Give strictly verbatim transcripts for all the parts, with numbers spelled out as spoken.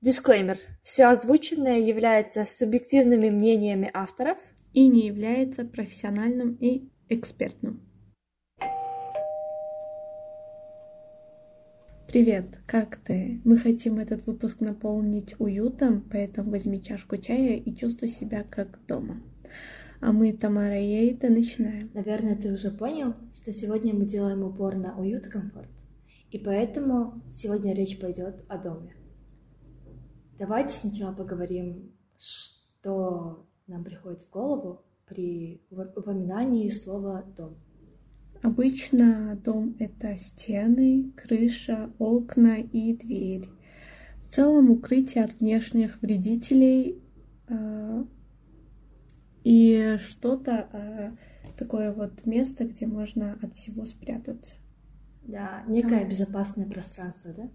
Дисклеймер. Все озвученное является субъективными мнениями авторов и не является профессиональным и экспертным. Привет, как ты? Мы хотим этот выпуск наполнить уютом, поэтому возьми чашку чая и чувствуй себя как дома. А мы, Тамара и Эйда, начинаем. Наверное, ты уже понял, что сегодня мы делаем упор на уют и комфорт. И поэтому сегодня речь пойдет о доме. Давайте сначала поговорим, что нам приходит в голову при упоминании слова «дом». Обычно дом — это стены, крыша, окна и дверь. В целом укрытие от внешних вредителей э, и что-то э, такое вот место, где можно от всего спрятаться. Да, некое да. безопасное пространство, да?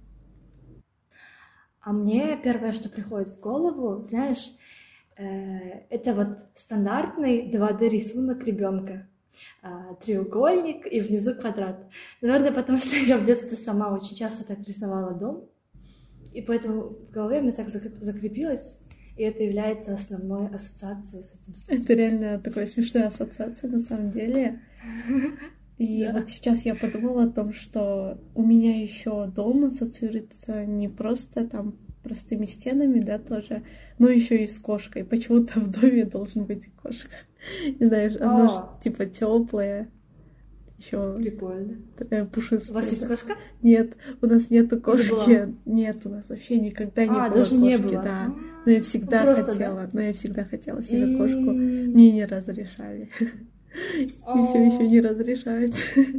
А мне первое, что приходит в голову, знаешь, э, это вот стандартный два дэ рисунок ребенка. Э, треугольник и внизу квадрат. Наверное, потому что я в детстве сама очень часто так рисовала дом, и поэтому в голове мне так закрепилось, и это является основной ассоциацией с этим словом. Это реально такая смешная ассоциация на самом деле. И да. Вот сейчас я подумала о том, что у меня еще дом ассоциируется не просто там простыми стенами, да, тоже, но еще и с кошкой. Почему-то в доме должен быть кошка. Не знаю, она же типа теплая, еще прикольно. Пушистая. У вас есть кошка? Нет, у нас нету кошки. Нет, у нас вообще никогда не а, было даже кошки, не было. да. Но я всегда Просто, хотела, да? но я всегда хотела себе кошку. Мне не разрешали. И все еще не разрешают.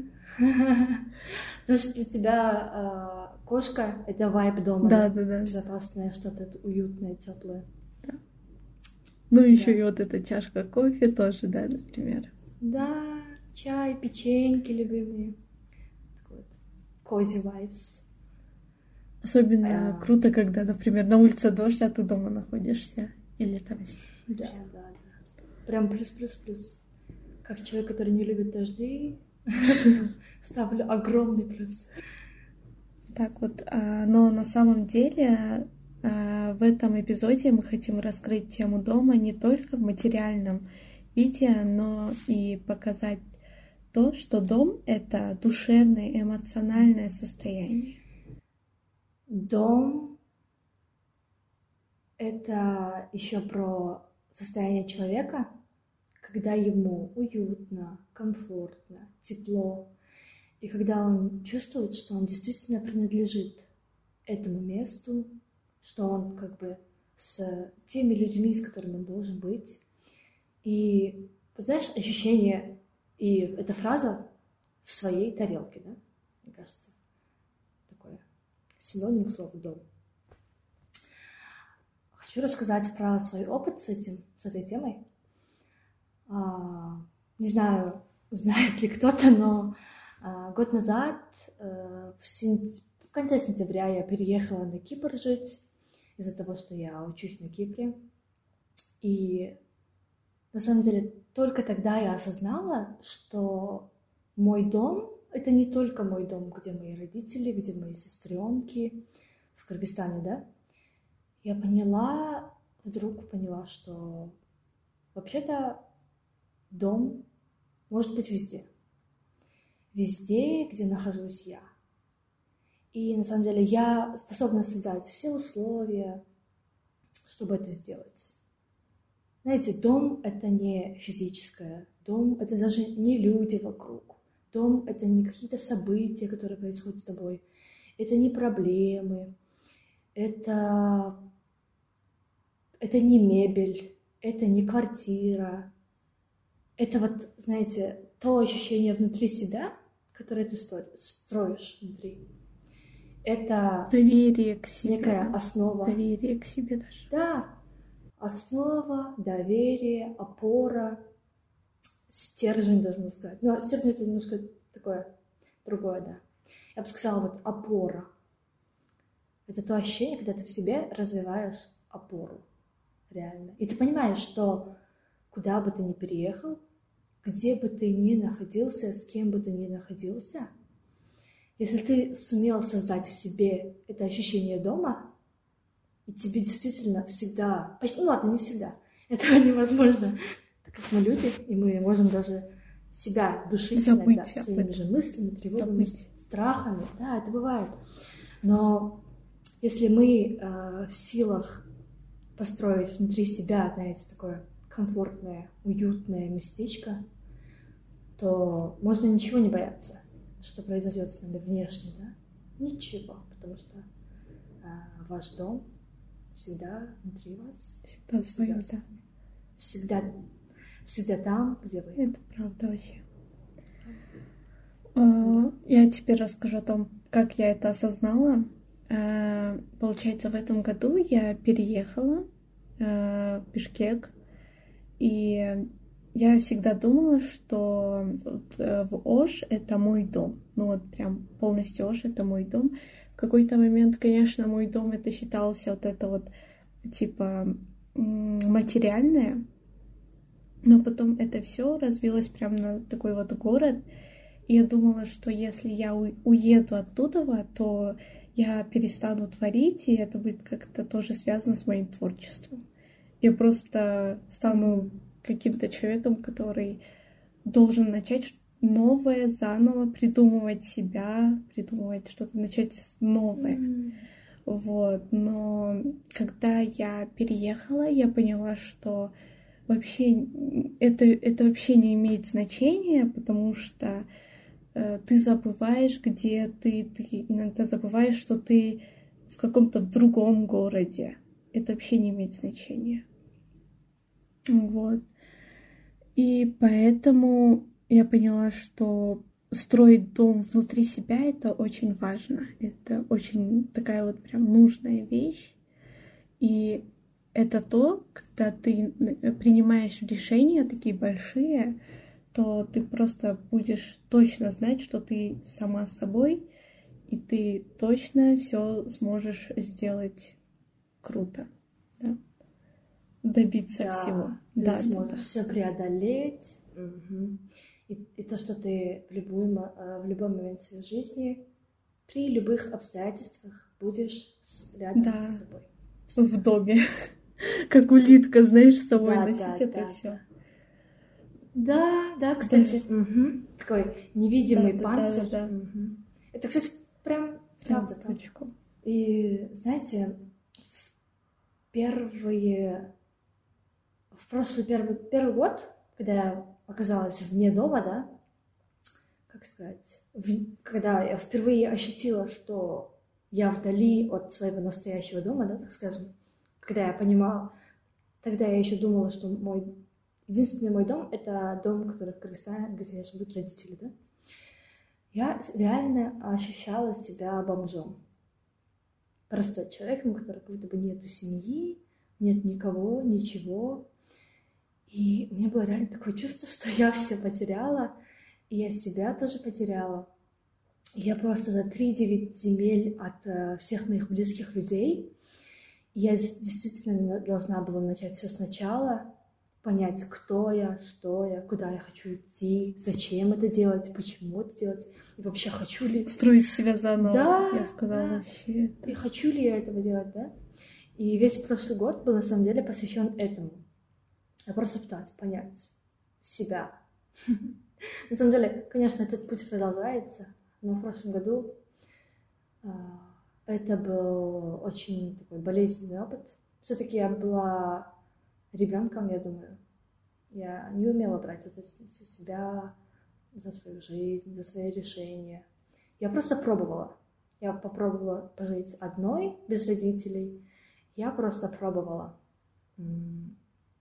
Значит, для тебя э, кошка — это вайб дома. Да, да, да. Безопасное, что-то уютное, теплое. Да. Ну, да. еще и вот эта чашка кофе тоже, да, например. Да, чай, печеньки любимые. Такой вот cozy vibes. Особенно а... круто, когда, например, на улице дождь, а ты дома находишься. Или там... Да, да, да. Прям плюс-плюс-плюс. Как человек, который не любит дожди, ставлю огромный плюс. Так вот, но на самом деле в этом эпизоде мы хотим раскрыть тему дома не только в материальном виде, но и показать то, что дом — это душевное, эмоциональное состояние. Дом — это еще про состояние человека, когда ему уютно, комфортно, тепло, и когда он чувствует, что он действительно принадлежит этому месту, что он как бы с теми людьми, с которыми он должен быть. И, ты знаешь, ощущение, и эта фраза в своей тарелке, да, мне кажется, такое синоним к слову «дом». Хочу рассказать про свой опыт с этим, с этой темой. Не знаю, знает ли кто-то, но год назад, в, сентя... в конце сентября, я переехала на Кипр жить из-за того, что я учусь на Кипре. И на самом деле только тогда я осознала, что мой дом — это не только мой дом, где мои родители, где мои сестренки в Кыргызстане, да. Я поняла, вдруг поняла, что вообще-то дом может быть везде. Везде, где нахожусь я. И на самом деле я способна создать все условия, чтобы это сделать. Знаете, дом — это не физическое. Дом — это даже не люди вокруг. Дом — это не какие-то события, которые происходят с тобой. Это не проблемы. Это, это не мебель. Это не квартира. Это вот, знаете, то ощущение внутри себя, которое ты строишь внутри. Это доверие к себе. Некая основа. Доверие к себе даже. Да. Основа, доверие, опора, стержень, даже можно сказать. Но стержень — это немножко такое другое, да. Я бы сказала, вот опора. Это то ощущение, когда ты в себе развиваешь опору. Реально. И ты понимаешь, что куда бы ты ни переехал, где бы ты ни находился, с кем бы ты ни находился, если ты сумел создать в себе это ощущение дома, И тебе действительно всегда, почти, ну ладно, не всегда, этого невозможно, так как мы люди, и мы можем даже себя душить Забыть иногда своими же мыслями, тревогами, Забыть. страхами. Да, это бывает. Но если мы э, в силах построить внутри себя, знаете, такое комфортное, уютное местечко, то можно ничего не бояться, что произойдет с нами внешне, да? Ничего, потому что э, ваш дом всегда внутри вас. Всегда с вами, да. Всегда, всегда там, где вы. Это правда вообще. А, я теперь расскажу о том, как я это осознала. А, получается, в этом году я переехала а, в Бишкек, и я всегда думала, что вот, э, в Ош это мой дом. Ну вот прям полностью Ош это мой дом. В какой-то момент, конечно, мой дом это считался вот это вот типа м, материальное, но потом это все развилось прям на такой вот город. И я думала, что если я у- уеду оттуда, то я перестану творить, и это будет как-то тоже связано с моим творчеством. Я просто стану каким-то человеком, который должен начать новое, заново придумывать себя, придумывать что-то, начать с- новое. Mm. Вот. Но когда я переехала, я поняла, что вообще это, это вообще не имеет значения, потому что э, ты забываешь, где ты, ты иногда забываешь, что ты в каком-то другом городе. Это вообще не имеет значения. Вот. И поэтому я поняла, что строить дом внутри себя — это очень важно. Это очень такая вот прям нужная вещь. И это то, когда ты принимаешь решения такие большие, то ты просто будешь точно знать, что ты сама с собой, и ты точно все сможешь сделать круто, да? Добиться Да, всего. ты Да, да, сможешь да. все преодолеть. Мгм. И, и то, что ты в, любой, мо- э, в любой момент своей жизни, при любых обстоятельствах будешь с- рядом Да. с собой. В доме. Как улитка, знаешь, с собой Да, носить да, это да, все. Да, да, кстати, мгм. Такой невидимый Да, да, да, панцирь. да, да. Мгм. Это, кстати, прям Прям правда в так. точку. И знаете, в первые, в прошлый первый, первый год, когда я оказалась вне дома, да, как сказать, в- когда я впервые ощутила, что я вдали от своего настоящего дома, да, так скажем, когда я понимала, тогда я еще думала, что мой единственный мой дом — это дом, который в Кыргызстане, где живут родители, да. Я реально ощущала себя бомжом. Просто человеком, у которого как будто бы нет семьи, нет никого, ничего. И у меня было реально такое чувство, что я все потеряла, и я себя тоже потеряла. И я просто за три девять земель от э, всех моих близких людей. И я дес- действительно должна была начать все сначала, понять, кто я, что я, куда я хочу идти, зачем это делать, почему это делать, и вообще хочу ли... Строить себя заново, Да, я сказала да. вообще. И Это. хочу ли я этого делать, да? И весь прошлый год был на самом деле посвящен этому. Я просто пыталась понять себя. На самом деле, конечно, этот путь продолжается, но в прошлом году а, это был очень такой болезненный опыт. Все-таки я была ребенком, я думаю. Я не умела брать ответственность за себя, за свою жизнь, за свои решения. Я просто пробовала. Я попробовала пожить одной, без родителей. Я просто пробовала. М,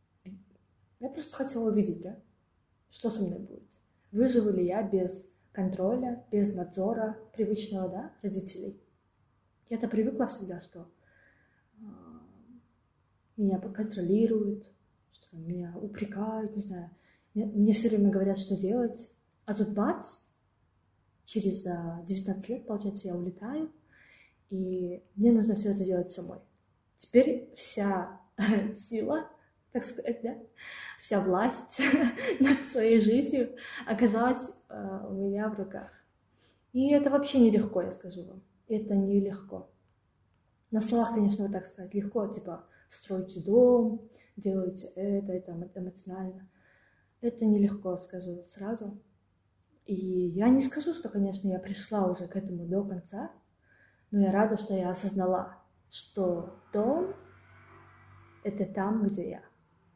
Я просто хотела увидеть, да, что со мной будет. Выживу ли я без контроля, без надзора привычного, да, родителей. Я-то привыкла всегда, что а, меня контролируют, что меня упрекают, не знаю. Мне, мне все время говорят, что делать. А тут бац, через а, девятнадцать лет, получается, я улетаю, и мне нужно все это делать самой. Теперь вся сила, так сказать, да, вся власть над своей жизнью оказалась э, у меня в руках. И это вообще нелегко, я скажу вам. Это нелегко. На словах, конечно, вот так сказать, легко, типа, строите дом, делаете это, это эмоционально. Это нелегко, скажу сразу. И я не скажу, что, конечно, я пришла уже к этому до конца, но я рада, что я осознала, что дом — это там, где я.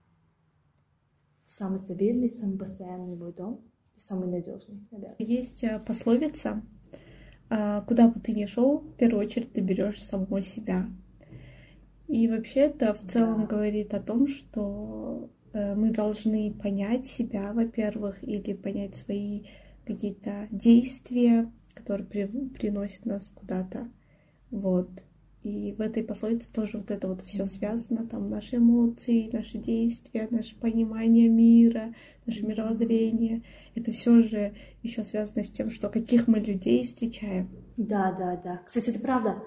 Самый стабильный, самый постоянный мой дом и самый надежный, наверное. Есть пословица: куда бы ты ни шел, в первую очередь ты берешь самого себя. И вообще это в целом да. говорит о том, что мы должны понять себя, во-первых, или понять свои какие-то действия, которые при, приносят нас куда-то. Вот. И в этой пословице тоже вот это вот все связано, там наши эмоции, наши действия, наше понимание мира, наше мировоззрение. Это все же еще связано с тем, что каких мы людей встречаем. Да, да, да. Кстати, это правда.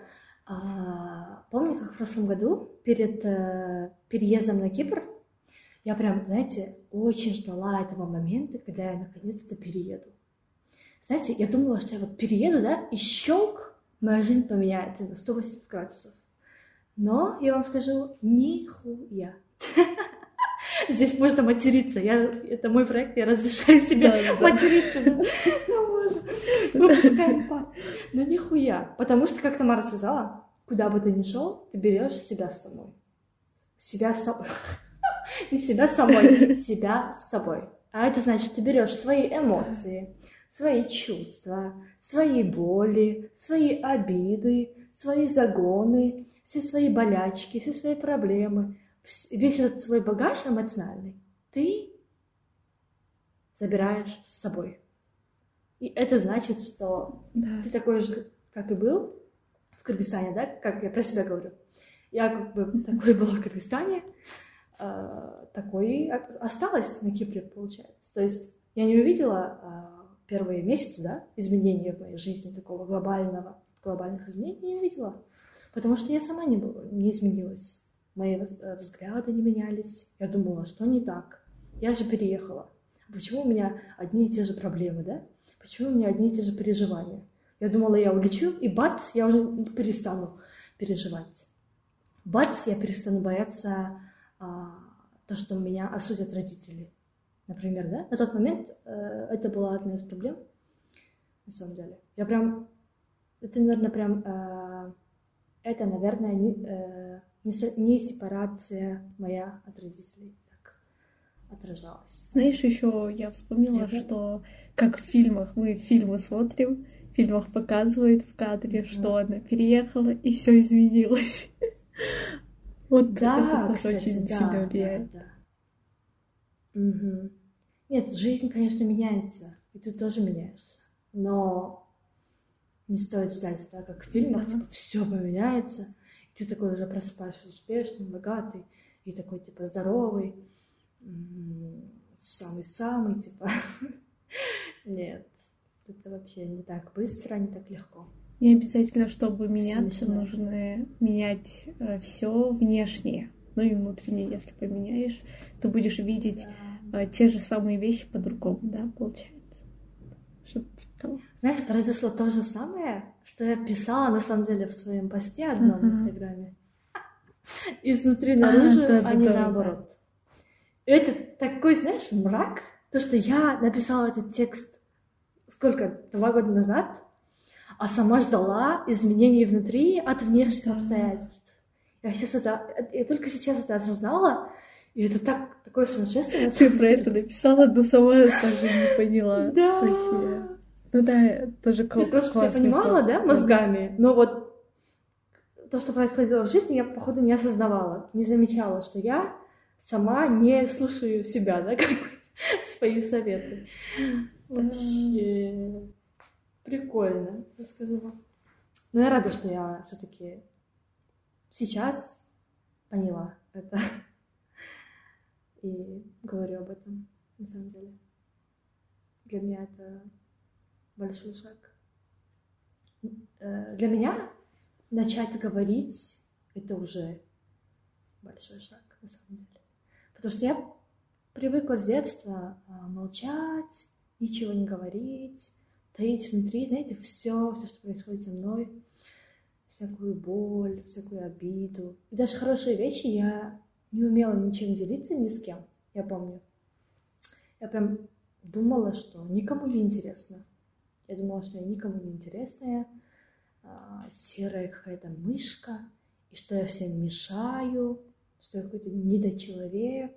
А, помню, как в прошлом году перед э, переездом на Кипр я прям, знаете, очень ждала этого момента, когда я наконец-то перееду. Знаете, я думала, что я вот перееду, да, и щелк, моя жизнь поменяется на сто восемьдесят градусов. Но, я вам скажу, нихуя. Здесь можно материться. Я, это мой проект, я разрешаю себе да, материться. Да. Ну, выпускаем пар. Но нихуя. Потому что, как Тамара сказала, куда бы ты ни шел, ты берешь себя с собой. Себя с собой. Не себя с собой, себя с собой. А это значит, ты берешь свои эмоции, свои чувства, свои боли, свои обиды, свои загоны, все свои болячки, все свои проблемы, весь этот свой багаж эмоциональный ты забираешь с собой. И это значит, что да. ты такой же, как и был в Кыргызстане, да, как я про себя говорю. Я как бы такой была в Кыргызстане, э, такой осталась на Кипре, получается. То есть я не увидела э, первые месяцы, да, изменения в моей жизни, такого глобального, глобальных изменений не увидела, потому что я сама не, была, не изменилась. Мои взгляды не менялись. Я думала, что не так. Я же переехала. Почему у меня одни и те же проблемы, да? Почему у меня одни и те же переживания? Я думала, я улечу, и бац, я уже перестану переживать. Бац, я перестану бояться а, то, что меня осудят родители. Например, да? На тот момент э, это была одна из проблем, на самом деле. Я прям... Это, наверное, прям... Э, это, наверное, не... Э, Не сепарация моя от родителей так отражалась. Знаешь, еще я вспомнила, Это... что как в фильмах, мы фильмы смотрим, в фильмах показывают в кадре, mm-hmm. что она переехала, и все изменилось. Вот да, это кстати, очень да, сильно влияет. Да, да. Угу. Нет, жизнь, конечно, меняется, и ты тоже меняешься. Но не стоит ждать, да, как в фильмах, да. типа, все поменяется. Ты такой уже просыпаешься успешный, богатый, и такой, типа, здоровый, самый-самый, типа. Нет, это вообще не так быстро, не так легко. Не обязательно, чтобы меняться, нужно менять э, все внешнее, ну и внутреннее. Если поменяешь, ты будешь видеть да. э, те же самые вещи по-другому, да, получается. Что-то типа того. Знаешь, произошло то же самое, что я писала, на самом деле, в своем посте одном uh-huh. в Инстаграме. Изнутри наружу, а, да, а да, не да, наоборот. Да. Это такой, знаешь, мрак, то, что я написала этот текст сколько, два года назад, а сама ждала изменений внутри от внешних да. обстоятельств. Я сейчас это, я только сейчас это осознала, и это так, такое сумасшествие. Ты про это написала, но сама даже не поняла. Да. Вообще. Ну да, тоже классно. Я просто понимала, да, мозгами, но вот то, что происходило в жизни, я, походу, не осознавала, не замечала, что я сама не слушаю себя, да, как бы, свои советы. Вообще прикольно, я скажу вам. Но я рада, что я все-таки сейчас поняла это и говорю об этом, на самом деле. Для меня это большой шаг. Для меня начать говорить — это уже большой шаг, на самом деле. Потому что я привыкла с детства молчать, ничего не говорить, таить внутри, знаете, все, все, что происходит со мной. всякую боль, всякую обиду. И даже хорошие вещи я не умела ничем делиться ни с кем, я помню. Я прям думала, что никому не интересно. Я думала, что я никому не интересная, серая какая-то мышка, и что я всем мешаю, что я какой-то недочеловек.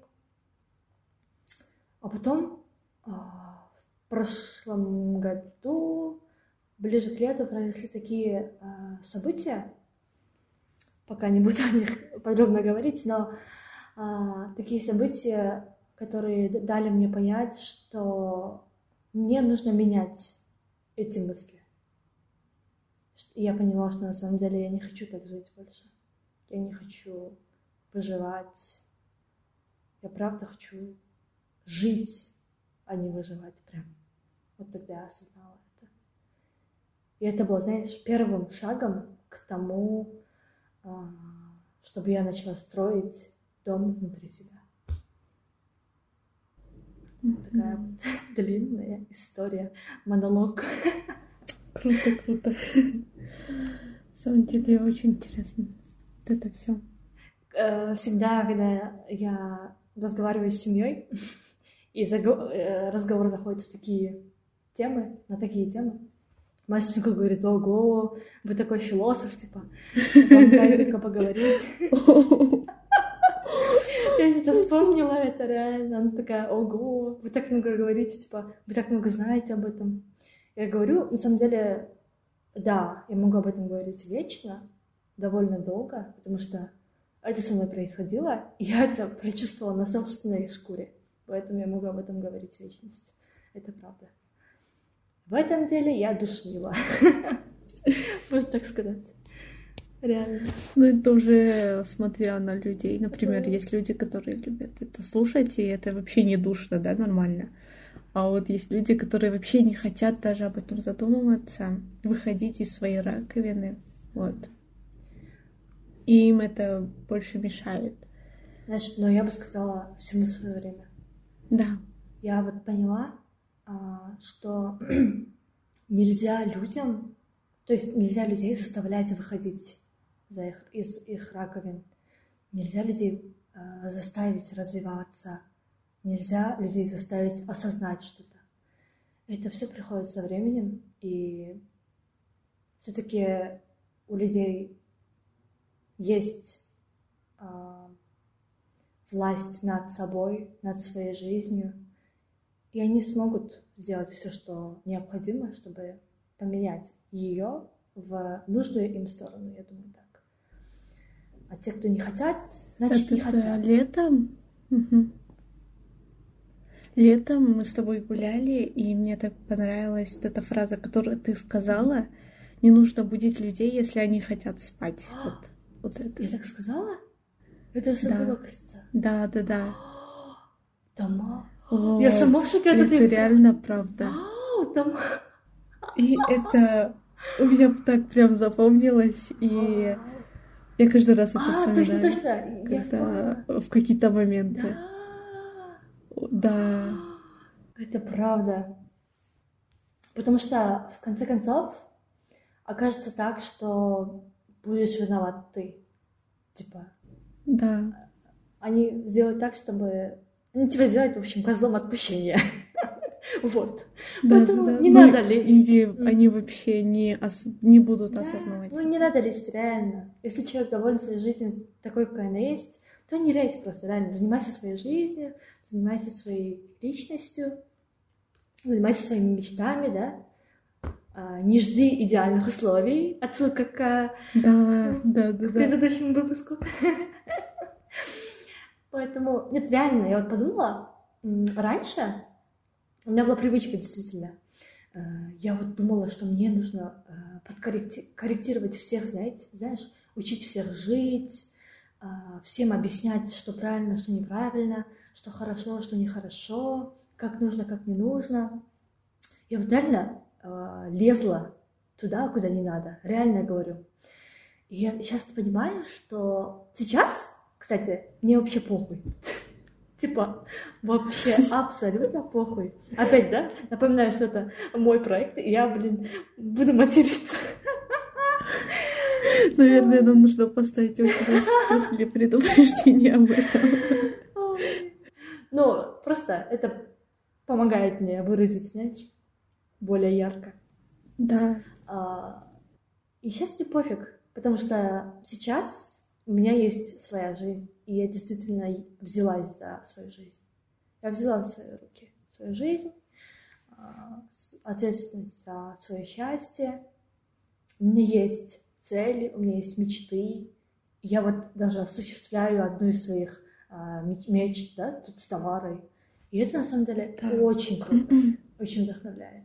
А потом в прошлом году, ближе к лету, произошли такие события, пока не буду о них подробно говорить, но такие события, которые дали мне понять, что мне нужно менять эти мысли. И я поняла, что на самом деле я не хочу так жить больше. Я не хочу выживать. Я правда хочу жить, а не выживать прям. Вот тогда я осознала это. И это было, знаешь, первым шагом к тому, чтобы я начала строить дом внутри себя. Mm-hmm. Такая вот длинная история, монолог. Круто, круто. На самом деле очень интересно вот это все. Всегда, когда я разговариваю с семьей, и разговор заходит в такие темы, на такие темы, моя сестренка говорит: ого, вы такой философ, типа, вам дай только поговорить. Я что-то вспомнила это реально. Она такая: ого, вы так много говорите, типа, вы так много знаете об этом. Я говорю, на самом деле, да, я могу об этом говорить вечно, довольно долго, потому что это со мной происходило, и я это прочувствовала на собственной шкуре, поэтому я могу об этом говорить вечность. Это правда. В этом деле я душнила, можно так сказать. Реально. Ну, это уже смотря на людей. Например, mm-hmm. есть люди, которые любят это слушать, и это вообще не душно, да, нормально. А вот есть люди, которые вообще не хотят даже об этом задумываться, выходить из своей раковины, вот. И им это больше мешает. Знаешь, но я бы сказала, всему свое время. Да. Я вот поняла, что нельзя людям, то есть нельзя людей заставлять выходить за их, из их раковин. Нельзя людей э, заставить развиваться. Нельзя людей заставить осознать что-то. Это все приходит со временем, и все-таки у людей есть э, власть над собой, над своей жизнью, и они смогут сделать все, что необходимо, чтобы поменять ее в нужную им сторону, я думаю, так. А те, кто не хотят, значит, это не хотят. Летом? Угу. Летом мы с тобой гуляли, и мне так понравилась вот эта фраза, которую ты сказала: не нужно будить людей, если они хотят спать. Вот, вот это. Я так сказала? Это же забыла, да. кажется. Да, да, да. Дома. О, я сама в шоке от этой. Это реально правда. Вау, дома. И это у меня так прям запомнилось, и я каждый раз это а, вспоминаю. точно, точно. Когда в какие-то моменты. Да. Да. Это правда. Потому что, в конце концов, окажется так, что будешь виноват ты. Типа. Да. Они сделают так, чтобы... Они тебя сделают, в общем, козлом отпущения. Вот. Да, Поэтому да, не да. надо лезть. Или mm. они вообще не, ос... не будут да. осознавать. Ну, не надо лезть, реально. Если человек доволен своей жизнью такой, какая она есть, то не лезь просто, реально. Занимайся своей жизнью, занимайся своей личностью, занимайся своими мечтами, да. А, не жди идеальных условий. Отсылка к, да, к, да, да, к предыдущему да. выпуску. Поэтому, нет, реально, я вот подумала, раньше у меня была привычка, действительно. Я вот думала, что мне нужно подкорректировать всех, знаете, знаешь, учить всех жить, всем объяснять, что правильно, что неправильно, что хорошо, что нехорошо, как нужно, как не нужно. Я вот реально лезла туда, куда не надо, реально говорю. И я сейчас понимаю, что сейчас, кстати, мне вообще похуй. Типа, вообще абсолютно похуй. Опять, да? Напоминаю, что это мой проект, и я, блин, буду материться. Наверное, нам нужно поставить указ для предупреждения об этом. Ну, просто это помогает мне выразить, знаешь, более ярко. Да. И сейчас мне пофиг, потому что сейчас у меня есть своя жизнь, и я действительно взялась за свою жизнь. Я взяла в свои руки свою жизнь, ответственность за свое счастье. У меня есть цели, у меня есть мечты. Я вот даже осуществляю одну из своих мечт, да, тут с Тамарой. И это на самом деле да. очень круто, очень вдохновляет.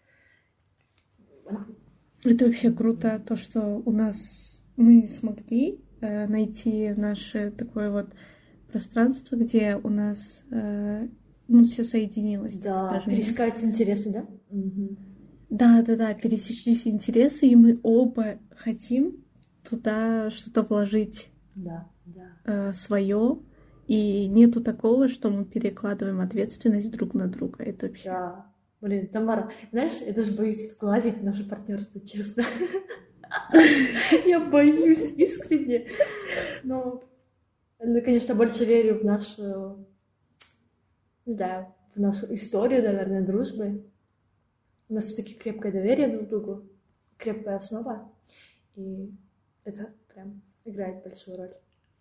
Это вообще круто, то, что у нас мы смогли э, найти наше такое вот пространство, где у нас э, ну, все соединилось. Да, пересекаются интересы, да? Угу. Да, да, да, пересеклись интересы, и мы оба хотим туда что-то вложить да, да. Э, свое. И нету такого, что мы перекладываем ответственность друг на друга. Это вообще... Да. Блин, Тамара, знаешь, я даже боюсь сглазить наше партнерство, честно. Я боюсь искренне. Но, ну, конечно, больше верю в нашу, не знаю, в нашу историю, наверное, дружбы. У нас все-таки крепкое доверие друг к другу, крепкая основа. И это прям играет большую роль.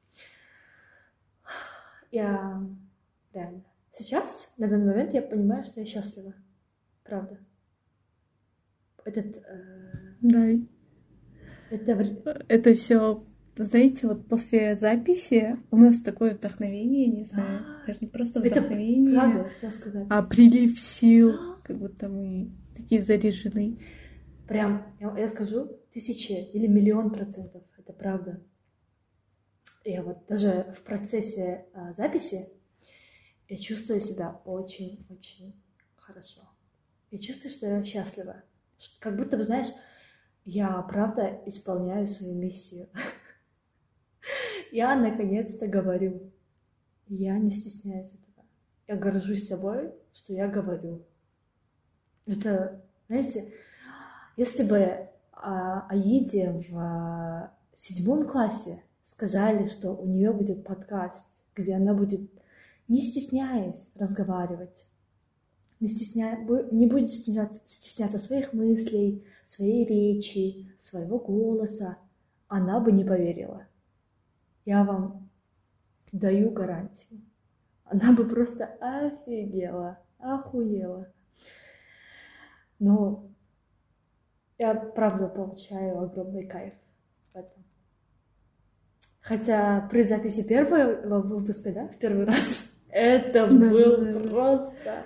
Я реально... Сейчас, на данный момент, я понимаю, что я счастлива. Правда. Этот... Э... Да. Это... Это все, знаете, вот после записи у нас такое вдохновение, не знаю, а, даже не просто вдохновение, правда, что сказать. А прилив сил, как будто мы такие заряжены. Прям, я, я скажу, тысячи или миллион процентов, это правда. Я вот даже в процессе а, записи я чувствую себя очень-очень хорошо. Я чувствую, что я счастлива. Как будто бы, знаешь, я правда исполняю свою миссию. Я наконец-то говорю. Я не стесняюсь этого. Я горжусь собой, что я говорю. Это, знаете, если бы а, Аиде в а, седьмом классе сказали, что у нее будет подкаст, где она будет, не стесняясь, разговаривать, не, стесня... не будет стесняться, стесняться своих мыслей, своей речи, своего голоса, она бы не поверила. Я вам даю гарантию. Она бы просто офигела, охуела. Но я правда получаю огромный кайф в этом. Хотя при записи первого выпуска, да, в первый раз, это был просто...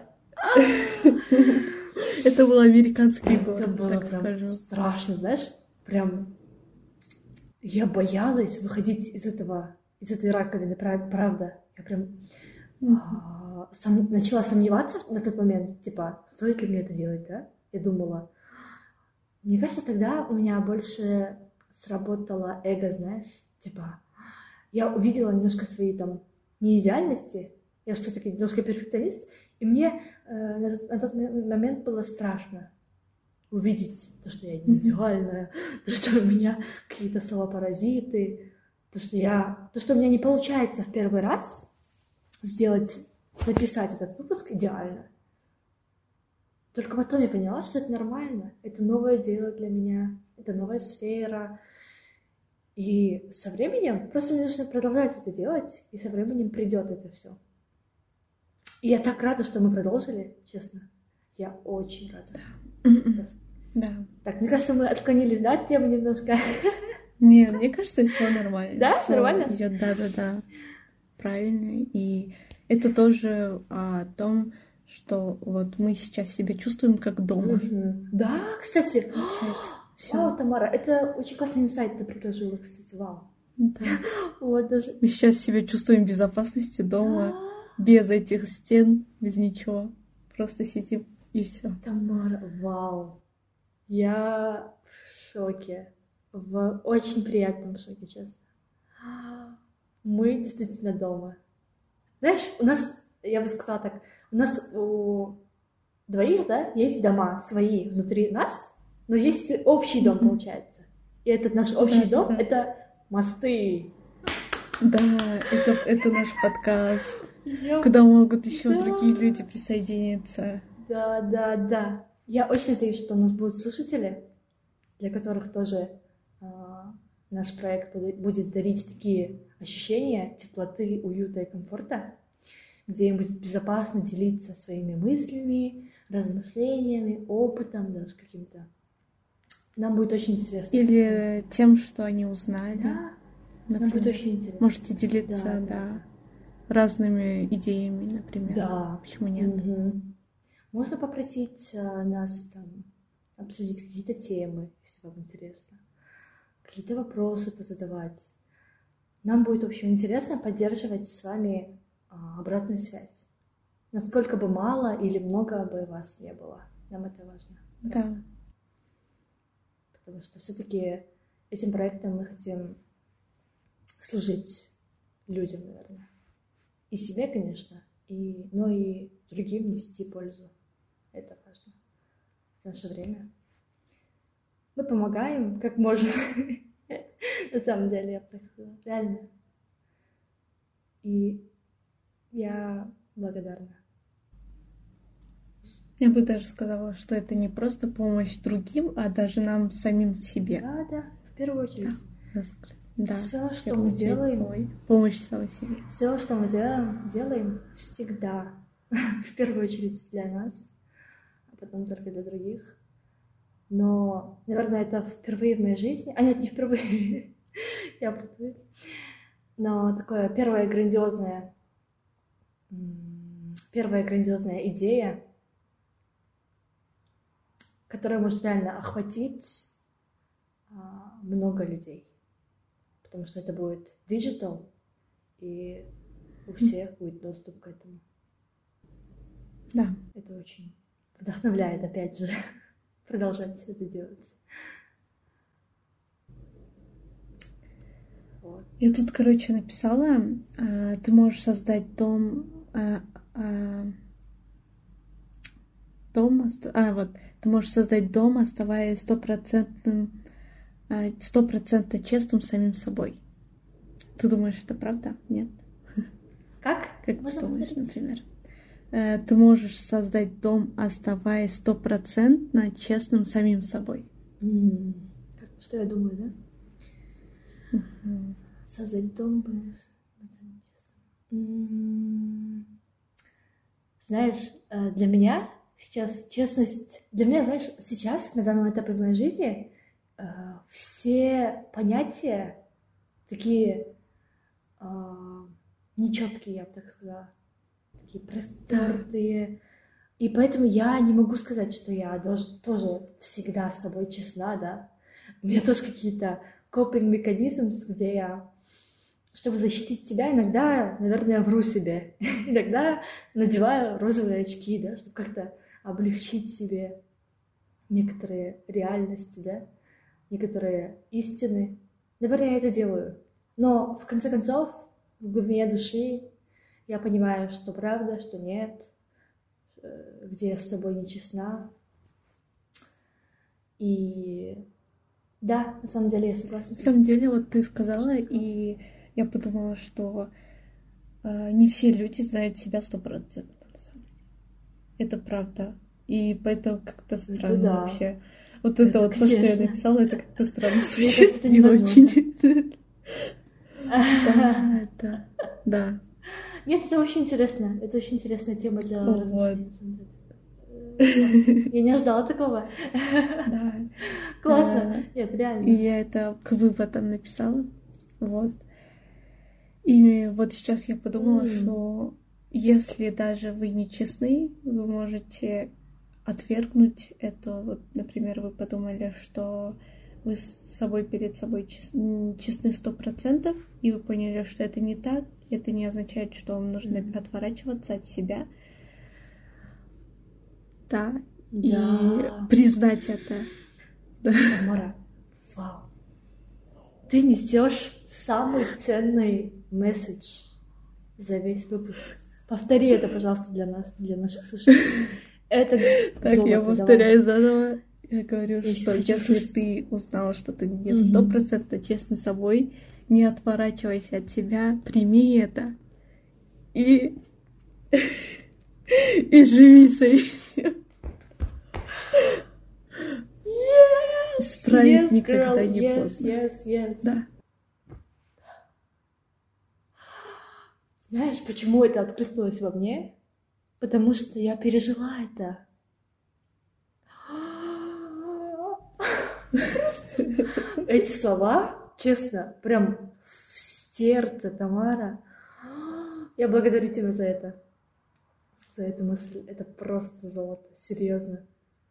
Это был американский год. Это было прям страшно, знаешь, прям я боялась выходить из этого, из этой раковины, правда. Я прям начала сомневаться на тот момент, типа, стоит ли мне это делать, да? Я думала. Мне кажется, тогда у меня больше сработало эго, знаешь, типа, я увидела немножко свои там неидеальности, я же все-таки немножко перфекционист, и мне э, на, тот, на тот момент было страшно увидеть то, что я не идеальная, то, что у меня какие-то слова-паразиты, то, что я, то, что у меня не получается в первый раз сделать, записать этот выпуск идеально. Только потом я поняла, что это нормально, это новое дело для меня, это новая сфера. И со временем, просто мне нужно продолжать это делать, и со временем придет это все. И я так рада, что мы продолжили, честно. Я очень рада. Да. Да. Так, мне кажется, мы отклонились, да, от темы немножко? Не, мне кажется, все нормально. Да, всё нормально? Идёт, да, да, да. Правильно. И это тоже о том, что вот мы сейчас себя чувствуем как дома. Mm-hmm. Да, кстати. Всё. Вау, Тамара, это очень классный инсайт ты предложила, кстати, вау. Да. Вот даже. Мы сейчас себя чувствуем в безопасности дома, без этих стен, без ничего. Просто сидим и все. Тамара, вау. Я в шоке. В очень приятном шоке, честно. Мы действительно дома. Знаешь, у нас, я бы сказала так, у нас у двоих, да, есть дома свои внутри нас, но есть общий дом, получается. И этот наш общий Да, дом да. — это мосты. Да, это, это наш подкаст, Я- куда могут еще Да. другие люди присоединиться. Да, да, да. Я очень надеюсь, что у нас будут слушатели, для которых тоже а, наш проект буде- будет дарить такие ощущения теплоты, уюта и комфорта, где им будет безопасно делиться своими мыслями, размышлениями, опытом, даже каким-то. Нам будет очень интересно. Или тем, что они узнали. Да, нам будет Например. очень интересно. Можете делиться, Да, да, да. разными идеями, например. Да. Почему нет? Мгм. Можно попросить а, нас там обсудить какие-то темы, если вам интересно, какие-то вопросы позадавать. Нам будет, в общем, интересно поддерживать с вами а, обратную связь. Насколько бы мало или много бы вас не было. Нам это важно. Да. Потому что все-таки этим проектом мы хотим служить людям, наверное. И себе, конечно, и, но и другим нести пользу. Это важно в наше время. Мы помогаем, как можем. На самом деле, я бы так сказала. Реально. И я благодарна. Я бы даже сказала, что это не просто помощь другим, а даже нам самим себе. Да, да, в первую очередь. Да. Все, в что первую мы очередь, делаем, ой, помощь самой себе. все, что мы делаем, делаем всегда. В первую очередь для нас, а потом только для других. Но, наверное, это впервые в моей жизни. А нет, не впервые. Я путаюсь. Но такое первая грандиозная, м, первая грандиозная идея, которая может реально охватить а, много людей. Потому что это будет digital, и у всех будет доступ к этому. Да. Это очень вдохновляет, опять же, продолжать это делать. Вот. Я тут, короче, написала, а, ты можешь создать дом, а, а, дом, оста- а вот, ты можешь создать дом, оставаясь стопроцентным, а, стопроцентно честным самим собой. Ты думаешь, это правда? Нет? Как? Как Можно ты думаешь, повторить? например? Э, Ты можешь создать дом, оставаясь стопроцентно честным самим собой. М, как- Что я думаю, да? Мгм. Создать дом, бы, быть честным. М, Знаешь, э, для меня сейчас честность, для меня, знаешь, сейчас, на данном этапе моей жизни, э, все понятия такие э, нечеткие, я бы так сказала, такие простертые. И поэтому я не могу сказать, что я дож- тоже всегда с собой честна, да. У меня тоже какие-то coping mechanisms, где я, чтобы защитить тебя, иногда, наверное, вру себе. Иногда надеваю розовые очки, да, чтобы как-то облегчить себе некоторые реальности, да, некоторые истины. Наверное, я это делаю. Но, в конце концов, в глубине души я понимаю, что правда, что нет, э, где я с собой нечестна. И да, на самом деле я согласна На с самом этим. деле, вот ты сказала, и я подумала, что э, не все люди знают себя стопроцентно, на самом деле. Это правда. И поэтому как-то странно да. вообще. Вот Это, это, вот то, что я конечно. написала, это как-то странно Мне звучит. кажется, это Не невозможно. очень. Да, это... Да. Нет, это очень интересно. Это очень интересная тема для Вот. размышления. на самом деле. Э, Я не ожидала такого. Да. Классно. Э, Нет, И реально. я это к выводам написала. Вот. И вот сейчас я подумала, М. что если даже вы не честны, вы можете отвергнуть это. Вот, например, вы подумали, что вы с собой перед собой чес- м, честны сто процентов, и вы поняли, что это не так. Это не означает, что вам нужно Мгм. отворачиваться от себя. Да. Да. И признать это. Да. Тамара, вау. Ты несешь самый ценный месседж за весь выпуск. Повтори это, пожалуйста, для нас, для наших слушателей. Это Так, золото, я давай. повторяю заново. Я говорю, Я что хочу если слышать. ты узнал, что ты не стопроцентно честный с собой, не отворачивайся от себя, прими это и, и живи с этим. Yes! Исправить Yes, никогда girl. не Yes, поздно. yes, yes. Да. Знаешь, почему это откликнулось во мне? Потому что я пережила это. Эти слова, честно, прям в сердце, Тамара. Я благодарю тебя за это. За эту мысль. Это просто золото. Серьезно.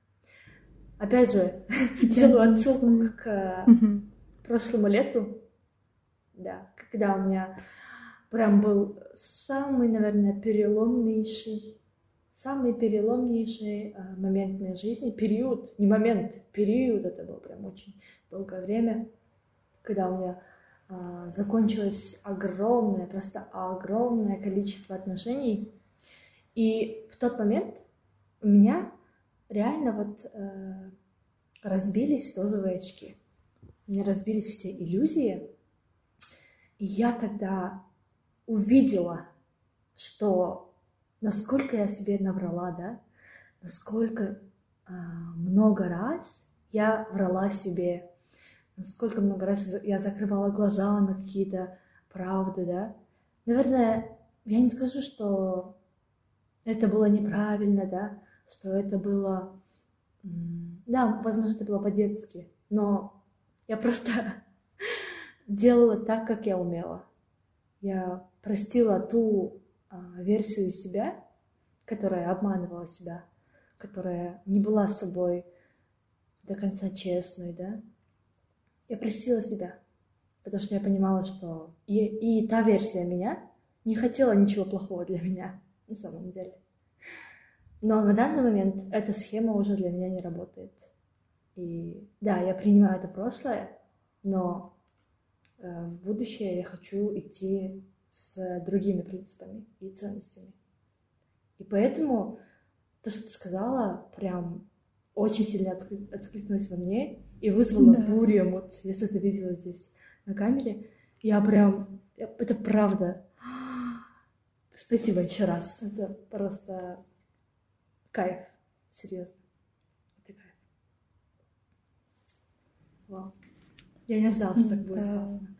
Опять же, делаю отсылку к Мгм. прошлому лету. Да, когда у меня прям был самый, наверное, переломнейший, самый переломнейший а, момент в моей жизни. Период, не момент, период. Это было прям очень долгое время, когда у меня а, закончилось огромное, просто огромное количество отношений. И в тот момент у меня реально вот э, разбились розовые очки. У меня разбились все иллюзии. И я тогда увидела, что насколько я себе наврала, да, насколько э, много раз я врала себе, насколько много раз я закрывала глаза на какие-то правды, да. Наверное, я не скажу, что это было неправильно, да, что это было... Да, возможно, это было по-детски, но я просто делала так, как я умела. Я простила ту а, версию себя, которая обманывала себя, которая не была с собой до конца честной, да. Я простила себя, потому что я понимала, что и, и та версия меня не хотела ничего плохого для меня, на самом деле. Но на данный момент эта схема уже для меня не работает. И да, я принимаю это прошлое, но э, в будущее я хочу идти с другими принципами и ценностями. И поэтому то, что ты сказала, прям очень сильно отклик- откликнулось во мне и вызвало Да. бурю эмоций. Если ты видела здесь на камере, я прям... Это правда. Спасибо еще раз. Это просто кайф. Серьезно. Это кайф. Вау. Я не ждала, что так будет Да. классно.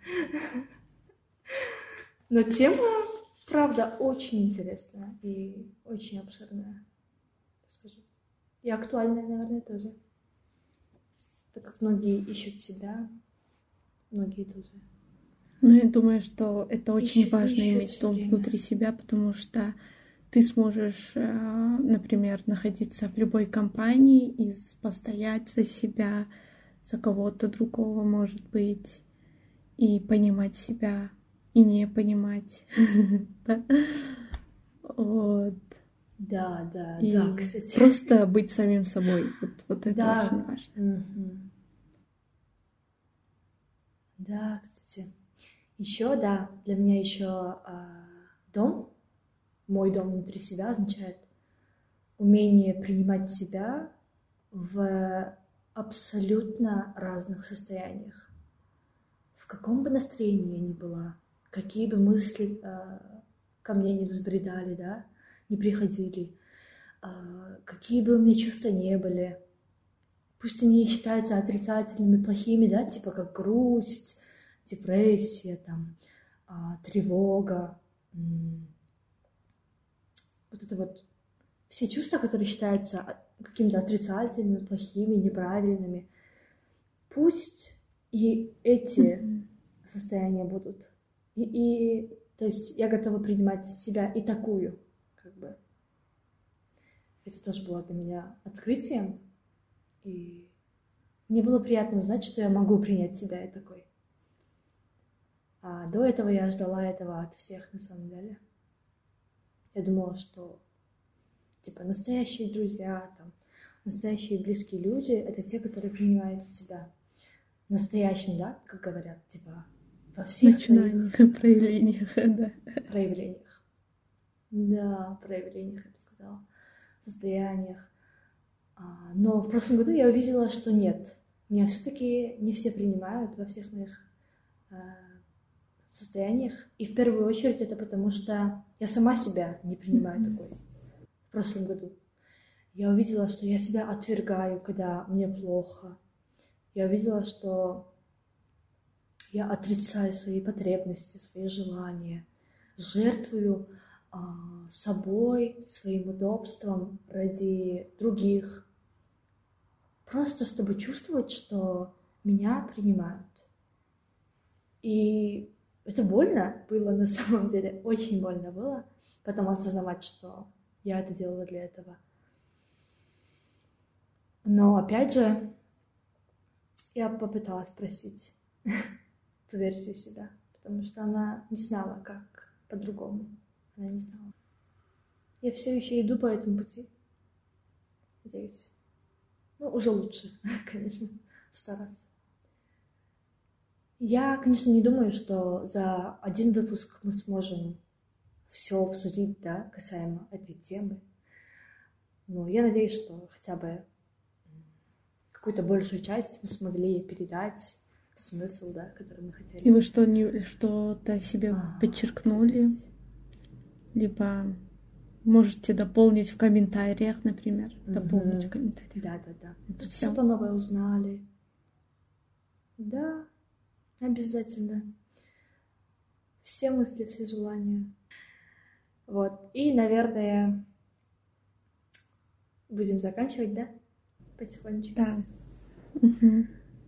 Но тема, правда, очень интересная и очень обширная, скажу. И актуальная, наверное, тоже. Так как многие ищут себя, многие тоже. Ну, я думаю, что это очень Ищут, важно ищут иметь всё дом время. внутри себя, потому что ты сможешь, э, например, находиться в любой компании и с- постоять за себя, за кого-то другого, может быть, и понимать себя, и не понимать. Да. Вот. Да, да, И да, кстати. просто быть самим собой. Вот, вот это Да. очень важно. Мгм. Да, кстати. Еще, да, для меня еще дом, мой дом внутри себя означает умение принимать себя в абсолютно разных состояниях. В каком бы настроении я ни была, какие бы мысли э, ко мне не взбредали, да, не приходили, э, какие бы у меня чувства не были, пусть они считаются отрицательными, плохими, да, типа как грусть, депрессия, там, э, тревога, м- вот это вот все чувства, которые считаются от- какими-то отрицательными, плохими, неправильными, пусть и эти Мгм. состояния будут. И, и то есть я готова принимать себя и такую, как бы. Это тоже было для меня открытием. И мне было приятно узнать, что я могу принять себя и такой. А до этого я ждала этого от всех, на самом деле. Я думала, что типа настоящие друзья, там, настоящие близкие люди — это те, которые принимают тебя настоящим, да, как говорят, типа во всех твоих Начинаниях, проявлениях, да. проявлениях. Да, проявлениях, я бы сказала, состояниях. А, Но в прошлом году я увидела, что нет. Меня все-таки не все принимают во всех моих а, состояниях. И в первую очередь это потому, что я сама себя не принимаю Мгм. такой. В прошлом году я увидела, что я себя отвергаю, когда мне плохо. Я увидела, что я отрицаю свои потребности, свои желания, жертвую а, собой, своим удобством ради других, просто чтобы чувствовать, что меня принимают. И это больно было на самом деле, очень больно было потом осознавать, что я это делала для этого. Но опять же, я попыталась спросить ту версию себя, потому что она не знала, как по-другому. Она не знала. Я все еще иду по этому пути. Надеюсь. Ну, уже лучше, конечно, в сто раз. Я, конечно, не думаю, что за один выпуск мы сможем все обсудить, да, касаемо этой темы. Но я надеюсь, что хотя бы какую-то большую часть мы смогли передать смысл, да, который мы хотели. И вы что, не, что-то себе А, подчеркнули? Либо можете дополнить в комментариях, например. Дополнить в Мгм. комментариях. Да, да, да. Это всё. Что-то новое узнали. Да, обязательно. Все мысли, все желания. Вот. И, наверное, будем заканчивать, да? Потихонечку. Да. Мгм.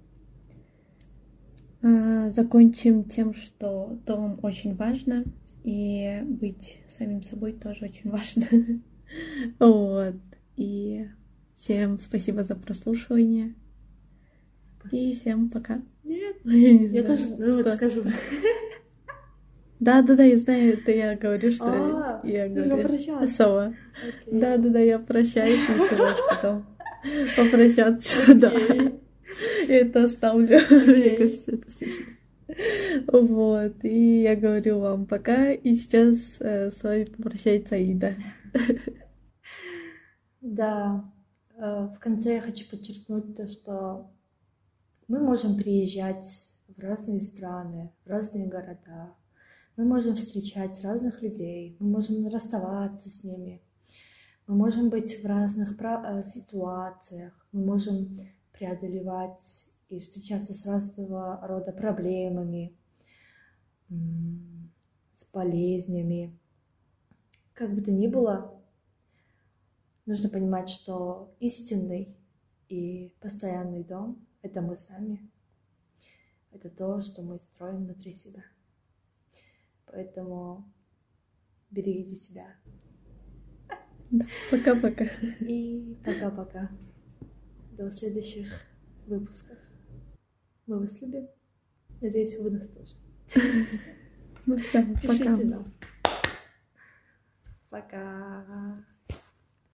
А, Закончим тем, что дом очень важно, и быть самим собой тоже очень важно. Вот. И всем спасибо за прослушивание. И всем пока. Нет, Я не я знаю, тоже ну, вот что. скажу. Да, да, да, я знаю, это я говорю, что А, я нужно говорю. прощаться. Сова. Окей. Да, да, да, я прощаюсь, и ты можешь потом попрощаться. Да. Окей. Я это оставлю. Мне кажется, это смешно. Вот. И я говорю вам пока. И сейчас э, с вами попрощается Ида. Да, э, в конце я хочу подчеркнуть то, что мы можем приезжать в разные страны, в разные города. Мы можем встречать разных людей, мы можем расставаться с ними. Мы можем быть в разных про- э, ситуациях, мы можем преодолевать и встречаться с разного рода проблемами, м, с болезнями. Как бы то ни было, нужно понимать, что истинный и постоянный дом — это мы сами. Это то, что мы строим внутри себя. Поэтому берегите себя. Да, пока-пока. И пока-пока. До следующих выпусков. Мы вас любим. Надеюсь, вы нас тоже. Ну все, Пишите пока. нам. Пока.